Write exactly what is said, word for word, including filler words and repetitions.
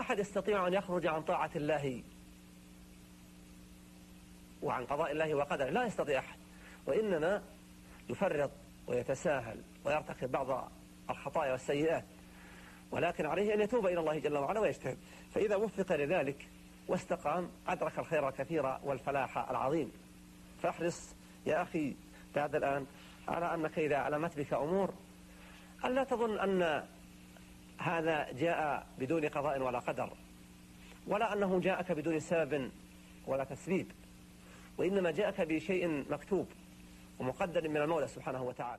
أحد يستطيع أن يخرج عن طاعة الله وعن قضاء الله وقدره، لا يستطيع أحد، وإنما يفرط ويتساهل ويرتكب بعض الخطايا والسيئات، ولكن عليه أن يتوب إلى الله جل وعلا ويجتهد. فإذا وفق لذلك واستقام أدرك الخير الكثير والفلاح العظيم. فاحرص يا أخي بعد الآن على أنك إذا علمت بك أمور ألا تظن أن هذا جاء بدون قضاء ولا قدر، ولا أنه جاءك بدون سبب ولا تسبيب، وإنما جاءك بشيء مكتوب ومقدر من المولى سبحانه وتعالى.